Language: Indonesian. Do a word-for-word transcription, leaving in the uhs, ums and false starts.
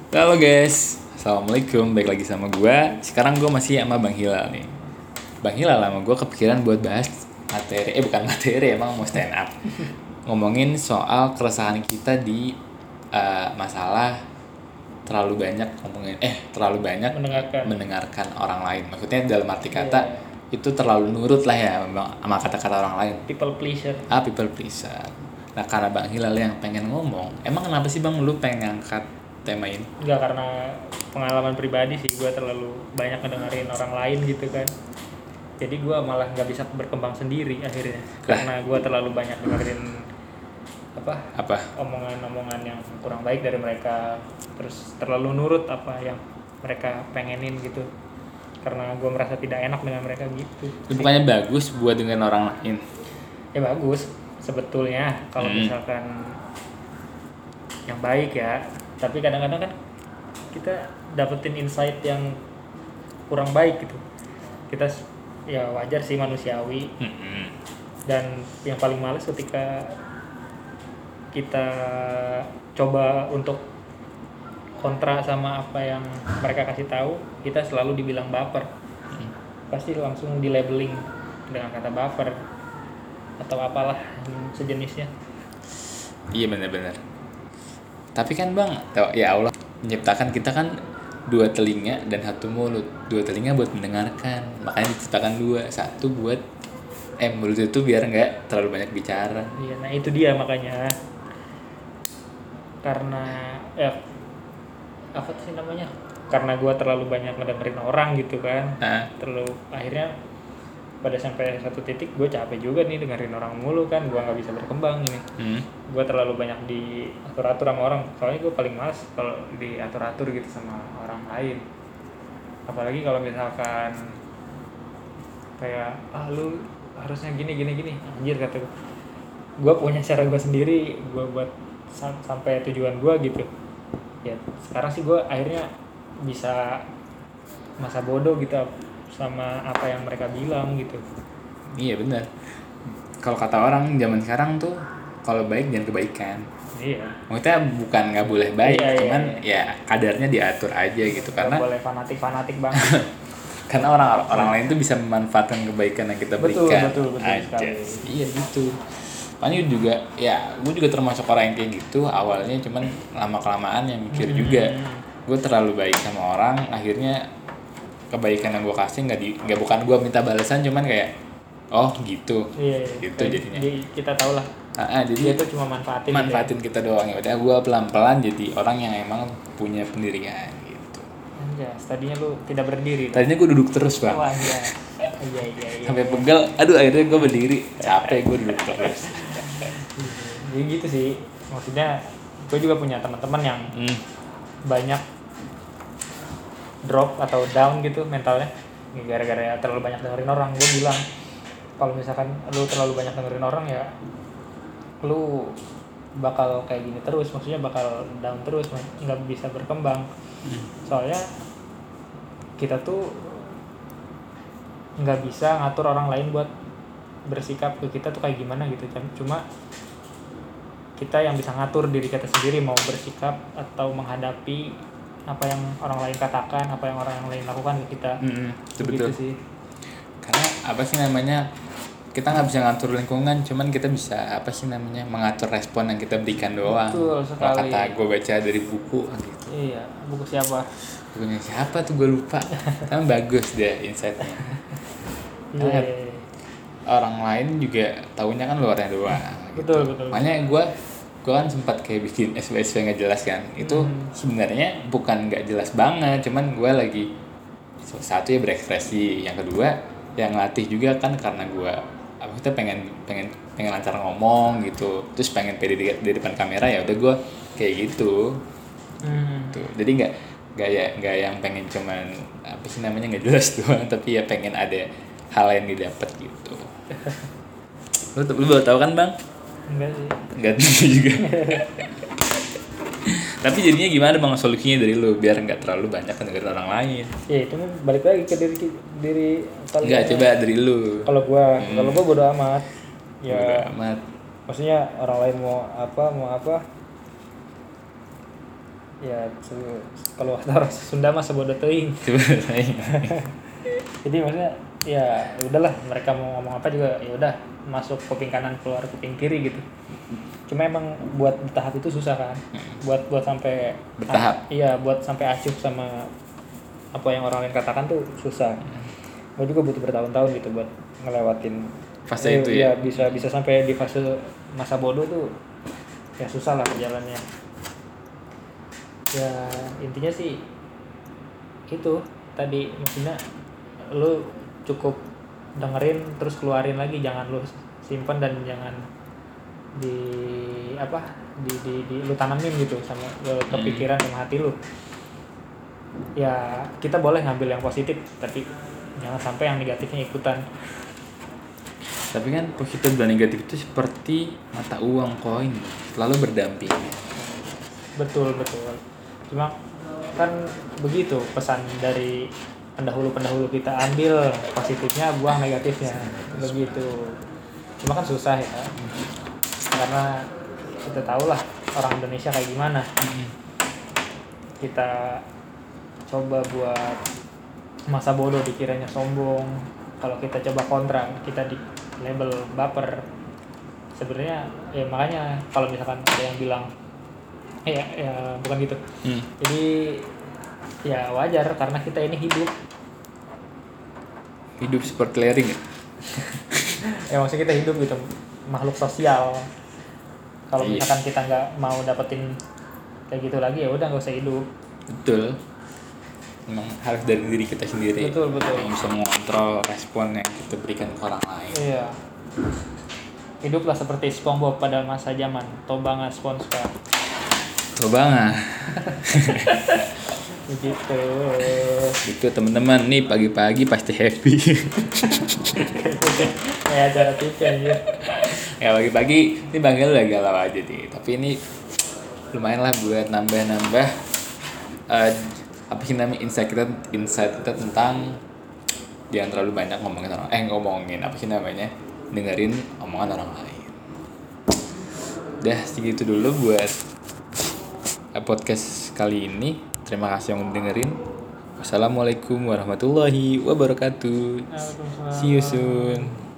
Halo guys, assalamualaikum. Baik lagi sama gue. Sekarang gue masih sama Bang Hilal nih. Bang Hilal sama gue kepikiran buat bahas materi, eh bukan materi, emang mau stand up. Ngomongin soal keresahan kita di uh, masalah terlalu banyak ngomongin, eh terlalu banyak mendengarkan, mendengarkan orang lain. Maksudnya dalam arti kata yeah. itu terlalu nurut lah ya sama kata-kata orang lain. People pleaser. Ah people pleaser. Nah karena Bang Hilal yang pengen ngomong, emang kenapa sih Bang lu pengen ngangkat tema ini? Enggak, karena pengalaman pribadi sih, gue terlalu banyak ngedengerin orang lain gitu kan. Jadi gue malah nggak bisa berkembang sendiri akhirnya, Lah. karena gue terlalu banyak dengerin apa Apa? omongan-omongan yang kurang baik dari mereka, terus terlalu nurut apa yang mereka pengenin gitu, karena gue merasa tidak enak dengan mereka gitu. Bukannya bagus buat dengan orang lain? Ya bagus sebetulnya kalau hmm. misalkan yang baik ya, tapi kadang-kadang kan kita dapetin insight yang kurang baik gitu. Kita ya wajar sih, manusiawi. hmm. Dan yang paling males ketika kita coba untuk kontra sama apa yang mereka kasih tahu, kita selalu dibilang baper. hmm. Pasti langsung di labeling dengan kata baper atau apalah sejenisnya. Iya benar-benar. Tapi kan Bang, ya Allah menciptakan kita kan dua telinga dan satu mulut. Dua telinga buat mendengarkan, makanya diciptakan dua. Satu buat eh mulut itu biar nggak terlalu banyak bicara. Iya, nah itu dia makanya. Karena ya apa sih namanya? Karena gue terlalu banyak ngedengerin orang gitu kan. Nah. Terlalu akhirnya pada sampai satu titik gue capek juga nih dengerin orang mulu kan, gue nggak bisa berkembang ini. Hmm. Gue terlalu banyak diatur-atur sama orang, soalnya gue paling males kalau diatur-atur gitu sama orang lain. Apalagi kalau misalkan kayak ah lu harusnya gini gini gini, anjir kata gue. Gue punya cara gue sendiri, gue buat sam- sampai tujuan gue gitu. Ya sekarang sih gue akhirnya bisa masa bodoh gitu sama apa yang mereka bilang gitu. Iya benar. Kalau kata orang zaman sekarang tuh kalau baik jangan kebaikan. Iya. Maksudnya bukan nggak boleh baik, iya, cuman iya. ya kadarnya diatur aja gitu. Gak karena boleh fanatik-fanatik banget. Karena orang orang lain tuh bisa memanfaatkan kebaikan yang kita betul, berikan. Betul betul aja. sekali. Iya gitu. Makanya juga ya gue juga termasuk orang yang kayak gitu awalnya, cuman lama kelamaan yang mikir hmm. juga gue terlalu baik sama orang, akhirnya kebaikan yang gue kasih nggak di nggak bukan gue minta balasan, cuman kayak oh gitu. Iya, iya. Gitu kayak jadinya. Di, kita tahu lah. Nah, jadi dia tuh cuma manfaatin. Manfaatin gitu ya. Kita doang ya. Udah gue pelan-pelan jadi orang yang emang punya pendirian gitu. Anjas, tadinya lu tidak berdiri. Tadinya gue duduk terus bang. Wah iya. Iya iya iya. Sampai pegel, aduh akhirnya gue berdiri, capek gue duduk terus. Jadi gitu sih, maksudnya gue juga punya teman-teman yang hmm. banyak drop atau down gitu mentalnya gara-gara terlalu banyak dengerin orang. Gue bilang kalau misalkan lu terlalu banyak dengerin orang ya lu bakal kayak gini terus, maksudnya bakal down terus, nggak bisa berkembang. hmm. Soalnya kita tuh nggak bisa ngatur orang lain buat bersikap ke kita tuh kayak gimana gitu, cuma kita yang bisa ngatur diri kita sendiri mau bersikap atau menghadapi apa yang orang lain katakan, apa yang orang yang lain lakukan ke kita. Mm-hmm, itu betul betul sih. Karena apa sih namanya, kita nggak bisa ngatur lingkungan, cuman kita bisa apa sih namanya mengatur respon yang kita berikan doang. Betul sekali. Kalau kata gue baca dari buku gitu. Iya, buku siapa? Bukunya siapa tuh gue lupa. Tapi bagus deh insight-nya. Iya. Orang lain juga taunya kan luarnya doang. Betul gitu. betul. Makanya gue gue kan sempat kayak bikin S W S W nggak jelas kan. Itu hmm. sebenarnya bukan nggak jelas banget, cuman gue lagi satu ya berekspresi, yang kedua yang latih juga kan karena gue apa kita pengen pengen pengen lancar ngomong gitu, terus pengen pede di, di depan kamera, ya udah gue kayak gitu. Hmm. Tuh jadi nggak nggak ya nggak yang pengen cuman apa sih namanya nggak jelas doang, tapi ya pengen ada hal yang didapat gitu. lu lu baru tahu kan bang? Enggak sih. Enggak tahu juga. Tapi jadinya gimana bang solusinya dari lu biar nggak terlalu banyak dengerin orang lain? Ya itu balik lagi ke diri diri. Enggak, coba dari lu. Kalau gua, hmm. kalau gua bodo amat. Ya. Bodo amat. Maksudnya orang lain mau apa mau apa, ya se- kalau kata orang Sunda mah sebodoh teuing. Sebenarnya. Jadi maksudnya ya udahlah, mereka mau ngomong apa juga ya udah, masuk kuping kanan keluar kuping kiri gitu. Cuma emang buat bertahap itu susah kan, buat buat sampai Bertahap. iya, buat sampai acuh sama apa yang orang lain katakan tuh susah. Gue juga butuh bertahun-tahun gitu buat ngelewatin Fase eh, itu ya? bisa bisa sampai di fase masa bodoh tuh ya susah lah jalannya. Ya intinya sih itu tadi, maksudnya lu cukup dengerin terus keluarin lagi, jangan lu simpan dan jangan di apa di di, di lu tanamin gitu sama ke pikiran sama hati lu. Ya kita boleh ngambil yang positif, tapi jangan sampai yang negatifnya ikutan. Tapi kan positif dan negatif itu seperti mata uang koin, selalu berdampingan. Betul betul. Cuma kan begitu pesan dari pendahulu-pendahulu kita, ambil positifnya, buang negatifnya, begitu. Cuma kan susah ya, karena kita tahu lah orang Indonesia kayak gimana. Kita coba buat masa bodoh dikiranya sombong, kalau kita coba kontra kita di label baper. Sebenarnya ya makanya kalau misalkan ada yang bilang eh, ya, ya bukan gitu. Hmm. Jadi ya wajar karena kita ini hidup. Hidup seperti lereng ya? Ya maksudnya kita hidup gitu, makhluk sosial. Kalau Iya. misalkan kita nggak mau dapetin kayak gitu lagi, ya udah nggak usah hidup. Betul. Memang harus dari diri kita sendiri. Betul, betul. Yang bisa mengontrol respon yang kita berikan ke orang lain. Iya. Hiduplah seperti SpongeBob pada masa zaman Tobanga SpongeBob. Coba nggak? Begitu. Itu teman-teman nih pagi-pagi pasti happy. Kayak acara T V anjir. Ya pagi-pagi ini Bang Gel udah galau aja nih. Tapi ini lumayan lah buat nambah-nambah uh, apa sih namanya insight kita insight kita tentang jangan terlalu banyak ngomongin orang eh ngomongin apa sih namanya dengerin omongan orang lain. Udah segitu dulu buat uh, podcast kali ini. Terima kasih yang udah dengerin. Wassalamualaikum warahmatullahi wabarakatuh. See you soon.